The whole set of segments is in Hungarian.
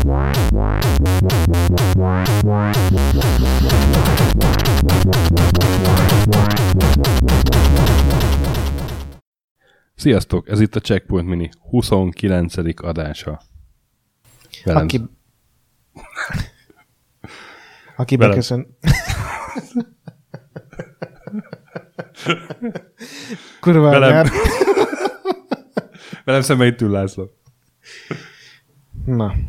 Sziasztok! Ez itt a Checkpoint Mini 29. adása. Velem. Aki beköszön... Kurva velem szemben itt ül László. Na.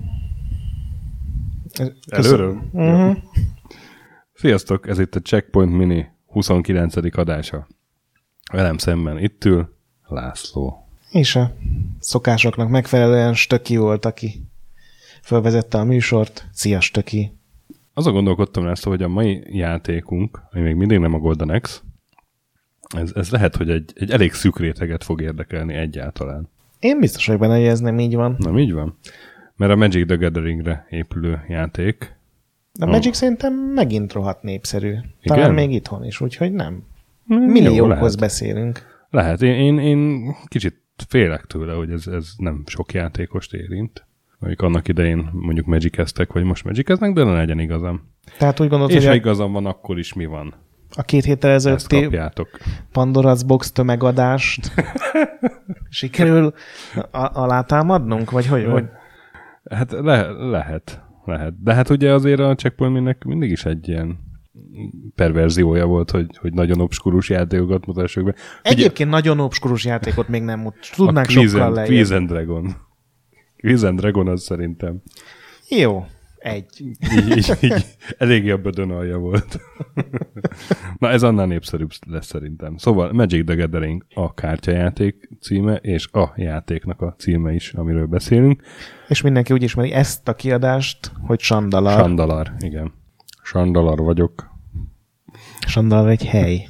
Előről? Uh-huh. Sziasztok! Ez itt a Checkpoint Mini 29. adása. Velem szemben itt ül László. És a szokásoknak megfelelően Stöki volt, aki felvezette a műsort. Szia, Stöki! Azon gondolkodtam, László, hogy a mai játékunk, ami még mindig nem a Golden Axe, ez lehet, hogy egy elég szűk réteget fog érdekelni egyáltalán. Én biztos vagyok benne, hogy ez nem így van. Nem így van? Mert a Magic the Gatheringre épülő játék. A Magic szerintem megint rohadt népszerű. Talán igen? még itthon is, úgyhogy nem. Milliókhoz beszélünk. Lehet. Én kicsit félek tőle, hogy ez nem sok játékost érint. Amik annak idején mondjuk Magic-eztek, vagy most Magic-eznek, de ne legyen igazam. Tehát úgy gondolod, és hogy ha igazam van, akkor is mi van? A 2 héttel ezelőtti Pandora's Box tömegadást sikerül alátámadnunk? Vagy hogy? Hát lehet. De hát ugye azért a Checkpoint Mininek mindig is egy ilyen perverziója volt, hogy nagyon obskurus játékokat mutassuk be. Egyébként ugye, nagyon obskurus játékot még nem tudnánk sokkal lejjebb. Quiz and Dragon. Quiz and Dragon az szerintem. Jó. Egy. Így eléggé a bödön alja volt. Na ez annál népszerűbb lesz szerintem. Szóval Magic the Gathering a kártyajáték címe, és a játéknak a címe is, amiről beszélünk. És mindenki úgy ismeri ezt a kiadást, hogy Sandalar. Sandalar, igen. Sandalar vagyok. Sandalar egy hely.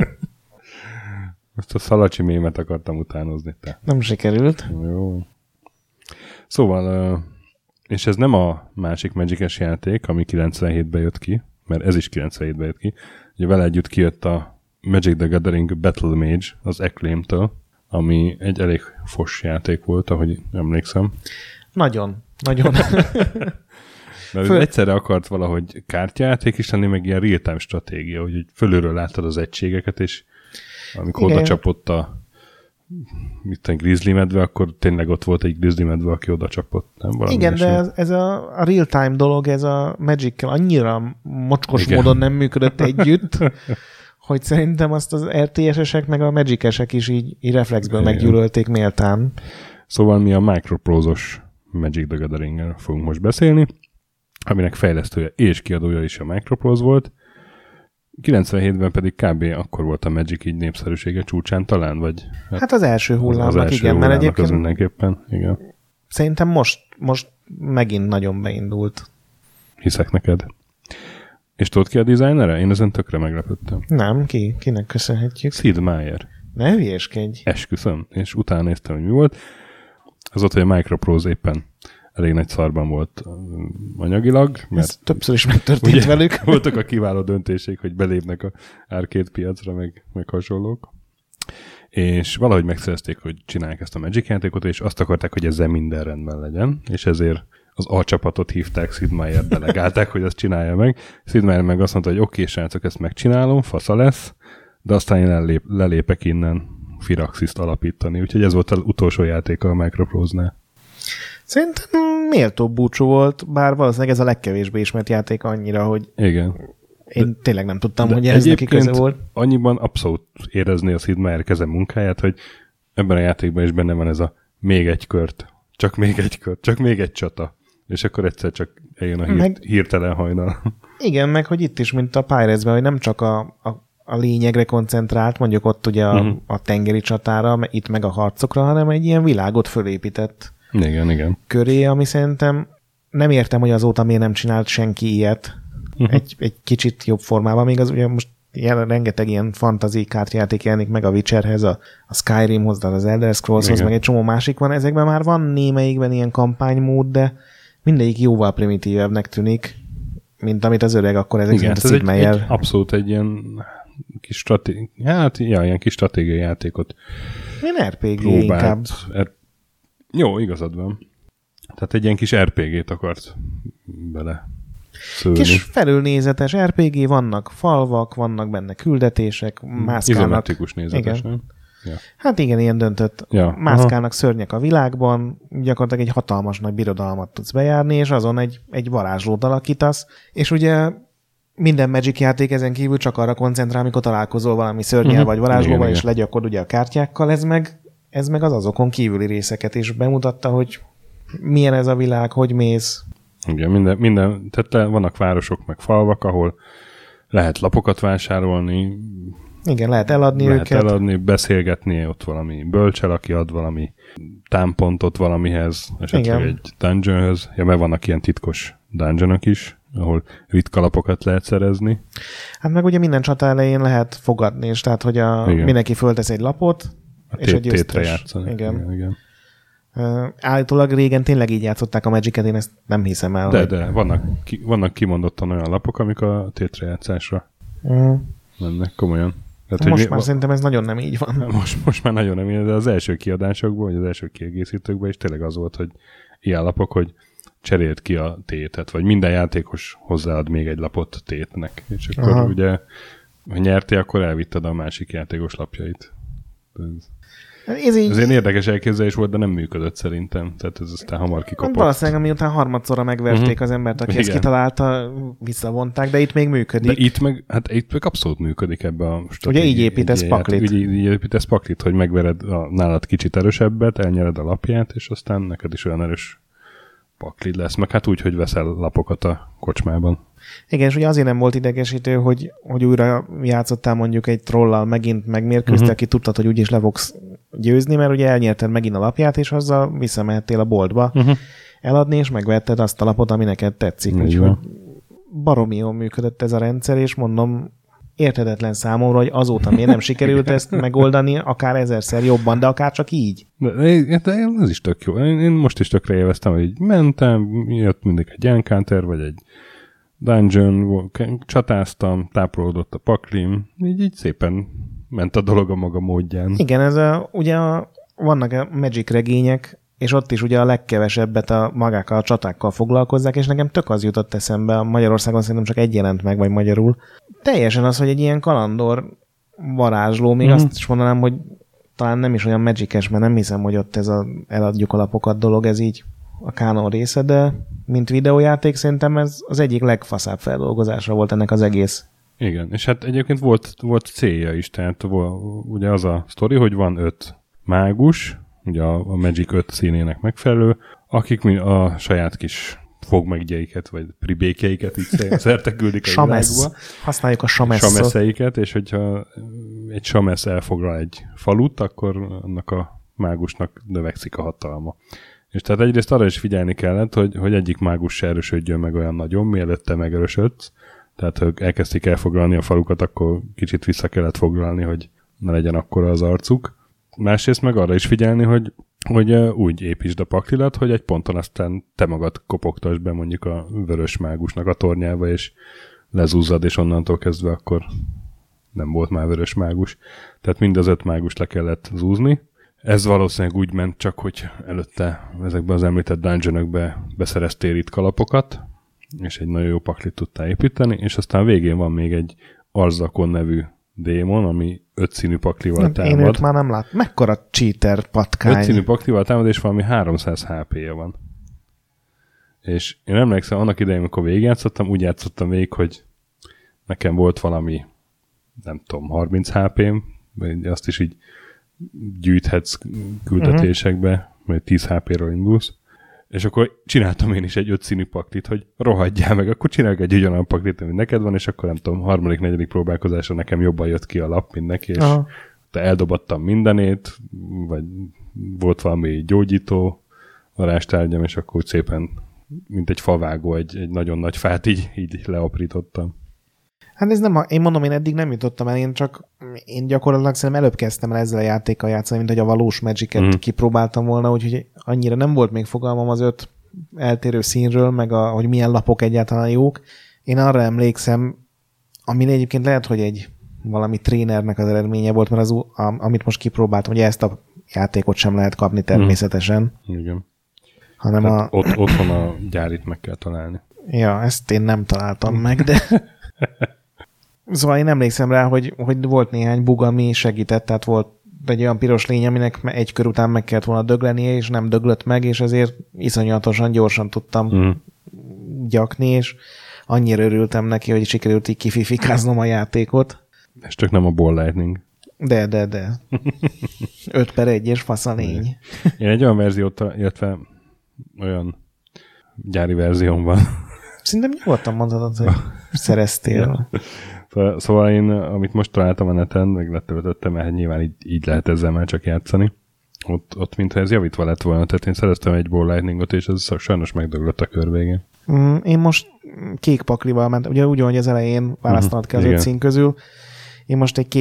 Ezt a szalacsi mémet akartam utánozni. Te. Nem sikerült. Jó. Szóval... és ez nem a másik Magic-es játék, ami 97-ben jött ki, mert ez is 97-ben jött ki. Ugye vele együtt kijött a Magic the Gathering Battle Mage az Acclaim-től, ami egy elég fos játék volt, ahogy emlékszem. Nagyon. Mert egyszerre akart valahogy kártyajáték is lenni, meg ilyen real-time stratégia, hogy fölülről láttad az egységeket, és amikor oda csapott a grizzly medve, akkor tényleg ott volt egy grizzly medve, aki oda csapott. Nem? Igen, de ez a real-time dolog, ez a Magic-kel annyira mocskos módon nem működött együtt, hogy szerintem azt az RTS-esek meg a Magic-esek is így reflexből meggyűlölték méltán. Szóval mi a Microprose-os Magic the Gathering-ről fogunk most beszélni, aminek fejlesztője és kiadója is a Microprose volt. 97-ben pedig kb. Akkor volt a Magic így népszerűsége csúcsán talán, vagy? Hát az első hullámnak, igen, mert egyébként az mindenképpen, igen. Szerintem most megint nagyon beindult. Hiszek neked. És tudod ki a designere? Én ezen tökre meglepődtem. Nem, kinek köszönhetjük? Sid Meier. Ne hülyéskedj. Esküszöm, és utána néztem, hogy mi volt. Az ott, hogy a Microprose éppen elég nagy szarban volt anyagilag. Mert ez többször is megtörtént ugye, velük. Voltak a kiváló döntések, hogy belépnek a arcade piacra, meg hasonlók. És valahogy megszerezték, hogy csinálják ezt a Magic játékot, és azt akarták, hogy ezzel minden rendben legyen, és ezért az A csapatot hívták, Sid Meier delegálták, hogy ezt csinálja meg. Sid Meier meg azt mondta, hogy oké, srácok, ezt megcsinálom, fasza lesz, de aztán én lelépek innen Firaxist alapítani. Úgyhogy ez volt az utolsó játéka a Microprose-nál. Szerintem méltó búcsú volt, bár valószínűleg ez a legkevésbé ismert játék annyira, hogy igen. Én tényleg nem tudtam, hogy ez neki köze volt. Annyiban abszolút érezni a Sid Meier keze munkáját, hogy ebben a játékban is benne van ez a még egy kört, csak még egy csata. És akkor egyszer csak eljön a hirtelen hajnal. Igen, meg hogy itt is, mint a Pirates-ben, hogy nem csak a lényegre koncentrált, mondjuk ott ugye a tengeri csatára, itt meg a harcokra, hanem egy ilyen világot fölépített. Igen. Köré, ami szerintem nem értem, hogy azóta miért nem csinált senki ilyet. Egy kicsit jobb formában, még az ugye most rengeteg ilyen fantasy kártyajáték jelenik meg a Witcherhez, a Skyrimhoz, az Elder Scrollshoz, meg egy csomó másik van. Ezekben már van némelyikben ilyen kampánymód, de mindegyik jóval primitívebbnek tűnik, mint amit az öreg akkor ezek szerint a Sid Meier. Abszolút egy ilyen kis ilyen kis stratégiai játékot ilyen RPG próbált. Inkább. Jó, igazad van. Tehát egy ilyen kis RPG-t akart bele szőni. Kis felülnézetes RPG, vannak falvak, vannak benne küldetések, mászkálnak. Izommetrikus nézetes, nem? Ja. Hát igen, ilyen döntött. Ja. Mászkálnak szörnyek a világban, gyakorlatilag egy hatalmas nagy birodalmat tudsz bejárni, és azon egy varázslót alakítasz, és ugye minden Magic játék ezen kívül csak arra koncentrál, amikor találkozol valami szörnyel vagy varázslóval, és legyakod ugye a kártyákkal, ez meg az azokon kívüli részeket is bemutatta, hogy milyen ez a világ, hogy mész. Igen, minden, tehát vannak városok, meg falvak, ahol lehet lapokat vásárolni. Igen, lehet eladni őket. Lehet eladni, beszélgetni, ott valami bölcsel, aki ad valami támpontot valamihez, esetleg egy dungeonhöz. Ja, mert vannak ilyen titkos dungeonok is, ahol ritka lapokat lehet szerezni. Hát meg ugye minden csata elején lehet fogadni, és tehát, hogy mindenki föltesz egy lapot, és egy tétre játszani. Igen. Állítólag régen tényleg így játszották a Magic-et, én ezt nem hiszem el. De vannak kimondottan olyan lapok, amik a tétre játszásra mennek, komolyan. Tehát, most már szerintem ez nagyon nem így van. Most már nagyon nem így, de az első kiadásokban, vagy az első kiegészítőkben is tényleg az volt, hogy ilyen lapok, hogy cseréld ki a tétet, vagy minden játékos hozzáad még egy lapot tétnek. És akkor ugye, ha nyertél, akkor elvitted a másik játékos lapjait. Ez ilyen érdekes elképzelés volt, de nem működött szerintem. Tehát ez aztán hamar kikopott. Valószínűleg, miután harmadszorra megverték az embert, aki ezt kitalálta, visszavonták, de itt még működik. De itt meg abszolút működik ebbe a ugye így építesz paklit. Így építesz paklit, hogy megvered a nálad kicsit erősebbet, elnyered a lapját, és aztán neked is olyan erős paklid lesz. Meg hát úgy, hogy veszel lapokat a kocsmában. Igen, és ugye azért nem volt idegesítő, hogy újra játszottál mondjuk egy trollal, megint megmérkőztél, aki tudtad, hogy úgyis le fogsz győzni, mert ugye elnyerted megint a lapját, és azzal visszamehettél a boltba eladni, és megvetted azt a lapot, ami neked tetszik. Úgyhogy baromi jól működött ez a rendszer, és mondom, érthetetlen számomra, hogy azóta miért nem sikerült ezt megoldani, akár 1000-szer jobban, de akár csak így. De ez is tök jó. Én most is tökre élveztem, hogy így mentem, jött mindig egy encounter, vagy egy dungeon, csatáztam, táplálódott a paklim, így szépen ment a dolog a maga módján. Igen, vannak a Magic regények, és ott is ugye a legkevesebbet magákkal a csatákkal foglalkozzák, és nekem tök az jutott eszembe, Magyarországon szerintem csak egy jelent meg, vagy magyarul. Teljesen az, hogy egy ilyen kalandor varázsló, még azt is mondanám, hogy talán nem is olyan Magic-es, mert nem hiszem, hogy ott ez eladjuk a lapokat dolog, ez így a kánon része, de mint videójáték szerintem ez az egyik legfaszább feldolgozása volt ennek az egész. Igen, és hát egyébként volt célja is, tehát ugye az a sztori, hogy van 5 mágus, ugye a Magic 5 színének megfelelő, akik a saját kis fogmeggyeiket, vagy pribékjeiket így szerte küldik a világba. Használjuk a sameszot. Sameszeiket, és hogyha egy samesz elfoglal egy falut, akkor annak a mágusnak növekszik a hatalma. És tehát egyrészt arra is figyelni kellett, hogy egyik mágus se erősödjön meg olyan nagyon, mielőtt te megerősödsz. Tehát, ha elkezdték elfoglalni a falukat, akkor kicsit vissza kellett foglalni, hogy ne legyen akkora az arcuk. Másrészt meg arra is figyelni, hogy úgy építsd a paklilat, hogy egy ponton aztán te magad kopogtasd be mondjuk a vörös mágusnak a tornyába, és lezúzzad, és onnantól kezdve akkor nem volt már vörös mágus. Tehát mind az 5 mágust le kellett zúzni. Ez valószínűleg úgy ment csak, hogy előtte ezekben az említett dungeonökbe beszereztél ritka lapokat, és egy nagyon jó paklit tudtál építeni, és aztán végén van még egy Arzakon nevű démon, ami 5 színű paklival támad. Én őt már nem látom. Mekkora cheater patkány. 5 színű paklival támad, és valami 300 HP-ja van. És én emlékszem, annak idején, amikor végigjátszottam, úgy játszottam végig, hogy nekem volt valami, nem tudom, 30 HP-m, vagy azt is így gyűjthetsz küldetésekbe, vagy 10 HP-ről indulsz. És akkor csináltam én is egy 5 színű paklit, hogy rohadjál meg, akkor csinálok egy ugyanolyan paklit, ami neked van, és akkor nem tudom, 3.-4. próbálkozásra nekem jobban jött ki a lap, mint neki, és eldobattam mindenét, vagy volt valami gyógyító varázstárgyam, és akkor úgy szépen, mint egy favágó, egy nagyon nagy fát így leaprítottam. Hát ez nem, én mondom, én eddig nem jutottam el, én gyakorlatilag szerintem előbb kezdtem el ezzel a játékkal játszani, mint hogy a valós Magic-et kipróbáltam volna, úgyhogy annyira nem volt még fogalmam az 5 eltérő színről, meg hogy milyen lapok egyáltalán jók. Én arra emlékszem, ami egyébként lehet, hogy valami trénernek az eredménye volt, mert amit most kipróbáltam, hogy ezt a játékot sem lehet kapni természetesen. Igen. hanem otthon a gyárit meg kell találni. Ja, ezt én nem találtam meg, de szóval én emlékszem rá, hogy volt néhány bug, ami segített, tehát volt egy olyan piros lény, aminek egy kör után meg kellett volna döglenie, és nem döglött meg, és ezért iszonyatosan gyorsan tudtam gyakni, és annyira örültem neki, hogy sikerült így kififikáznom a játékot. És csak nem a Ball Lightning. De. 5/1 és fasz a lény. Én egy olyan verziót, illetve olyan gyári verzióm van. Szerintem nyugodtan mondhatod, hogy szereztél. Szóval én, amit most találtam a neten, meg letöltöttem, mert nyilván így lehet ezzel már csak játszani. Ott mintha ez javítva lett volna, tehát én szereztem egy Ball Lightningot, és ez sajnos megdöglött a kör végén. Én most kék paklival mentem, ugye úgy, hogy az elején választanod kell az 5 szín közül. Én most egy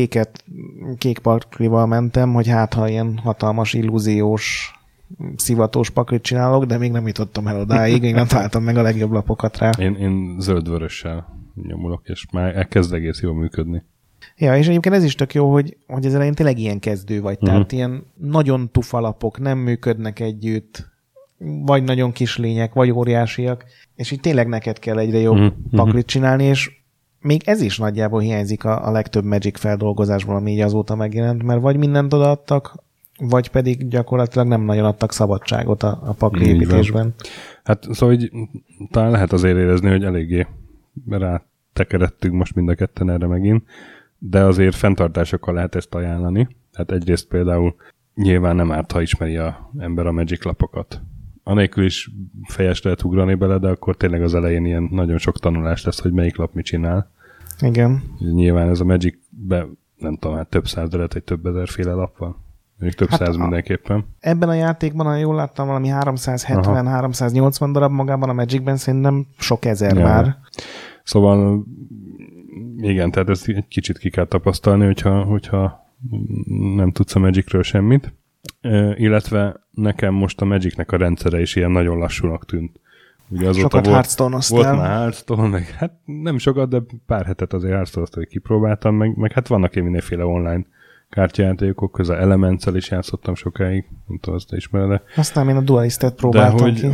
kék paklival mentem, hogy hát ha ilyen hatalmas, illúziós, szivatós paklit csinálok, de még nem jutottam el odáig, még nem találtam meg a legjobb lapokat rá. Én zöld-vörössel nyomulok, és már elkezd egész jól működni. Ja, és egyébként ez is tök jó, hogy az elején tényleg ilyen kezdő vagy, tehát ilyen nagyon tufa lapok nem működnek együtt, vagy nagyon kis lények, vagy óriásiak, és így tényleg neked kell egyre jobb paklit csinálni, és még ez is nagyjából hiányzik a legtöbb Magic feldolgozásból, ami így azóta megjelent, mert vagy mindent odaadtak, vagy pedig gyakorlatilag nem nagyon adtak szabadságot a pakli építésben. Hát szóval így, talán lehet azért érezni, hogy eléggé rátekeredtünk most mind a ketten erre megint, de azért fenntartásokkal lehet ezt ajánlani. Hát egyrészt például nyilván nem árt, ha ismeri az ember a Magic lapokat. Anélkül is fejes lehet ugrani bele, de akkor tényleg az elején ilyen nagyon sok tanulás lesz, hogy melyik lap mit csinál. Igen. Nyilván ez a Magic-be, nem tudom, hát több száz, de lehet, hogy több ezerféle lap van. Még több száz mindenképpen. Ebben a játékban, ha jól láttam, valami 370-380 darab magában a Magicben, szerintem sok ezer már. Szóval igen, tehát ezt egy kicsit ki kell tapasztalni, hogyha nem tudsz a Magicről semmit. Illetve nekem most a Magicnek a rendszere is ilyen nagyon lassúnak tűnt. Ugye sokat Hearthstone-oztál. Volt már Hearthstone, meg hát nem sokat, de pár hetet azért Hearthstone-oztál, hogy kipróbáltam, meg hát vannak én mindenféle online kártyajátékok közül, Elements-el is játszottam sokáig, nem tudom, azt ismered. Aztán én a Dualistet próbáltam ki.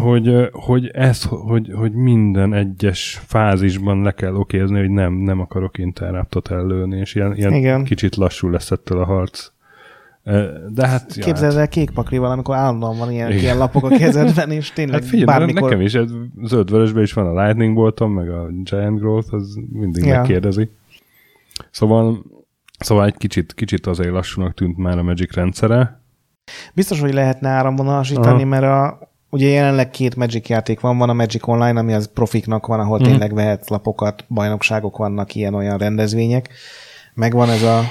Hogy minden egyes fázisban le kell okézni, hogy nem akarok interruptot ellőni, és ilyen kicsit lassú lesz ettől a harc. De hát... Képzeld el kék paklival, amikor állandóan van ilyen lapok a kezedben, és tényleg hát figyelj, bármikor... nekem is, zöld-vörösben is van a Lightning Bolton, meg a Giant Growth, az mindig megkérdezi. Szóval egy kicsit azért lassúnak tűnt már a Magic rendszere. Biztos, hogy lehetne áramvonalasítani, mert ugye jelenleg 2 Magic játék van a Magic Online, ami az profiknak van, ahol tényleg vehetsz lapokat, bajnokságok vannak, ilyen-olyan rendezvények. Megvan ez a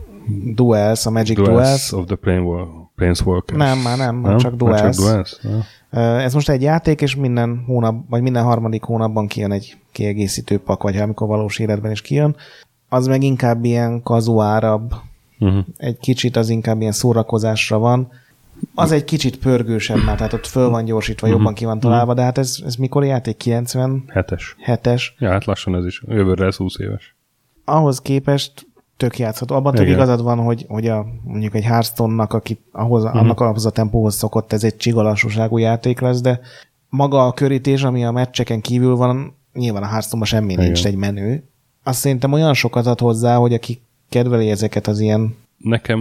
Duels, a Magic Duels. of the Planeswalkers. Nem, csak Duels. Ez most egy játék, és minden hónap, vagy minden harmadik hónapban kijön egy kiegészítő pak, vagy amikor valós életben is kijön. Az meg inkább ilyen kazuárabb, egy kicsit az inkább ilyen szórakozásra van. Az egy kicsit pörgősebb már, tehát ott föl van gyorsítva, jobban ki van találva, de hát ez mikor játék? 97-es. Ja, hát lassan ez is. Jövőre ez 20 éves. Ahhoz képest tök játszható. Abban tök igazad van, hogy mondjuk egy Hearthstone-nak, annak ahhoz a tempóhoz szokott, ez egy csigalassúságú játék lesz, de maga a körítés, ami a meccseken kívül van, nyilván a Hearthstone-ban semmi nincs egy menü. Azt szerintem olyan sokat ad hozzá, hogy aki kedveli ezeket az ilyen... Nekem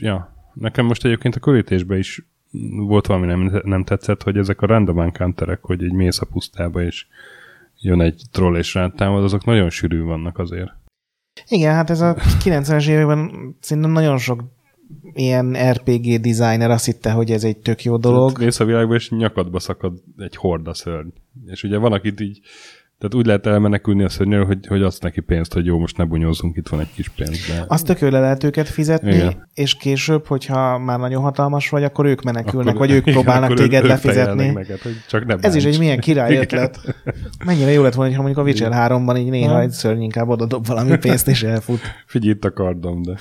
most egyébként a körítésben is volt valami nem tetszett, hogy ezek a random encounterek, hogy egy mész a pusztába, és jön egy troll és rád támad, azok nagyon sűrű vannak azért. Igen, hát ez a 90-es években szerintem nagyon sok ilyen RPG designer azt hitte, hogy ez egy tök jó dolog. Mész a világba, és nyakadba szakad egy horda szörny. És ugye van, akit így tehát úgy lehet elmenekülni a szörnyről, hogy adsz neki pénzt, hogy jó, most ne bunyózzunk, itt van egy kis pénz. De... Azt tök le lehet őket fizetni, és később, hogyha már nagyon hatalmas vagy, akkor ők menekülnek, vagy ők próbálnak téged lefizetni. Neked, hogy csak ne ez is egy milyen király ötlet. Mennyire jó lett volna, ha mondjuk a Witcher 3-ban így néha egy szörny inkább odadob valami pénzt, és elfut. Figyelj, itt a kardom, de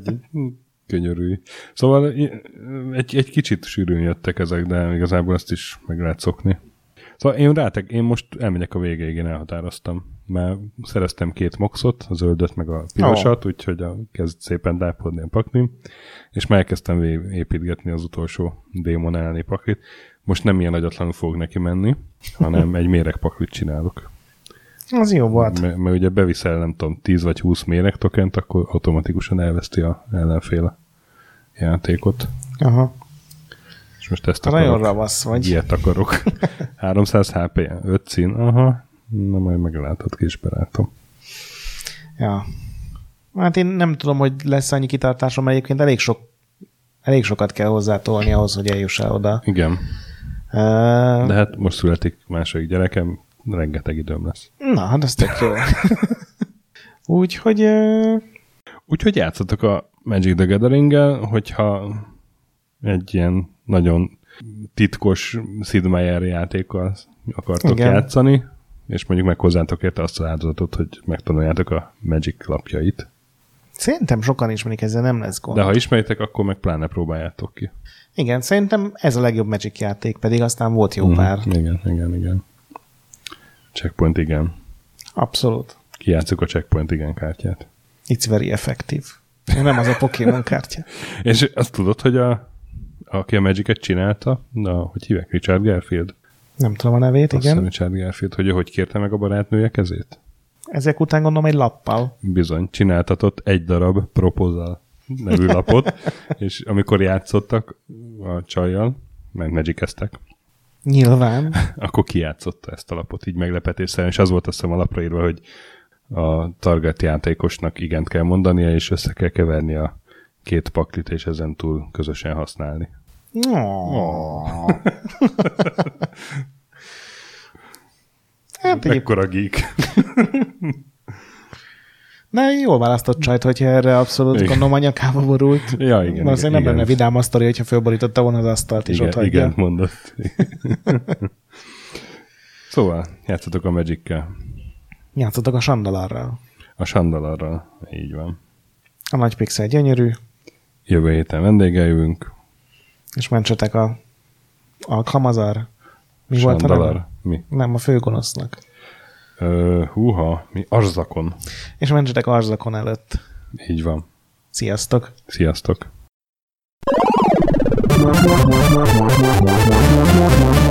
könyörülj. Szóval egy kicsit sűrűn jöttek ezek, de igazából ezt is meg lehet szokni. Szóval én most elmegyek a végéig, én elhatároztam, mert szereztem 2 moxot, a zöldet meg a pirosat, úgyhogy kezd szépen dápodni a paklim, és már elkezdtem építgetni az utolsó démon elleni paklit. most nem ilyen nagyatlanul fog neki menni, hanem egy méregpaklit csinálok. Az jó volt. Mert ugye beviszel, nem tudom, 10 vagy 20 méregtokent, akkor automatikusan elveszti a ellenféle játékot. Aha. És most ezt akarok. Nagyon ravasz vagy. Ilyet akarok. 300 HP, 5 szín, aha. Na majd meglátod, kis barátom. Ja. Hát én nem tudom, hogy lesz annyi kitartásom, mert egyébként elég sokat kell hozzátolni ahhoz, hogy eljuss el oda. Igen. De hát most születik második gyerekem, rengeteg időm lesz. Na, hát ez tök jó. Úgyhogy játszatok a Magic the Gathering-gel, hogyha egy ilyen nagyon titkos Sid Meier játékkal akartok játszani, és mondjuk meghozzátok érte azt az áldozatot, hogy megtanuljátok a Magic lapjait. Szerintem sokan ismerik, ezzel nem lesz gond. De ha ismeritek, akkor meg pláne próbáljátok ki. Igen, szerintem ez a legjobb Magic játék, pedig aztán volt jó pár. Igen. Checkpoint igen. Abszolút. Kijátszuk a Checkpoint igen kártyát. It's very effective. Nem az a Pokémon kártya. És azt tudod, hogy aki a Magic-et csinálta, hogy hívják? Richard Garfield? Nem tudom a nevét, Azt igen. Richard Garfield, hogy kérte meg a barátnője kezét? Ezek után gondolom egy lappal. Bizony, csináltatott egy darab Proposal nevű lapot, és amikor játszottak a csajjal, meg Magic-eztek, Nyilván. akkor kijátszotta ezt a lapot, így meglepetésszerűen, és az volt azt hiszem a lapra írva, hogy a target játékosnak igent kell mondania, és össze kell keverni a két paklit, és ezen túl közösen használni. Hát mekkora geek. Na, jól választott csajt, hogyha erre abszolút gondolom anyakába borult. Ja, igen. Valószínűleg nem lenne vidám a sztori, hogyha fölborította volna az asztalt, és ott hagyja. Igen, mondott. Szóval, játszatok a Magic-kel. Játszatok a Sandalarral. A Sandalarral, így van. A nagy pixel gyönyörű. Jövő héten vendéggel jövünk. És mentsetek a Kamazar. Mi volt a neve? Mi? Nem, a főgonosznak. Mi? Arzakon. És mentsetek Arzakon előtt. Így van. Sziasztok! Sziasztok!